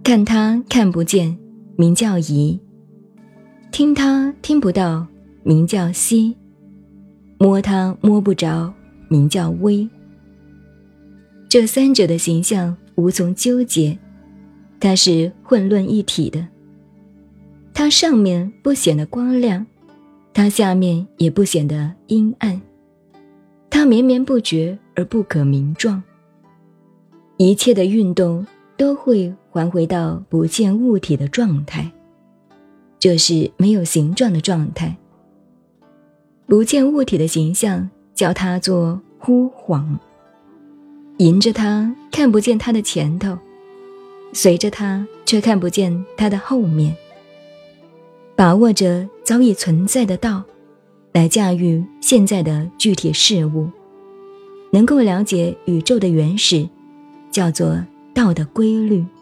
看它看不见，名叫疑；听它听不到，名叫希；摸它摸不着，名叫微。这三者的形象无从纠结，它是混论一体的。它上面不显得光亮，它下面也不显得阴暗，它绵绵不绝而不可名状。一切的运动都会还回到不见物体的状态，这是没有形状的状态。不见物体的形象叫它做忽晃，迎着它看不见它的前头，随着它却看不见它的后面。把握着早已存在的道，来驾驭现在的具体事物，能够了解宇宙的原始，叫做道的规律。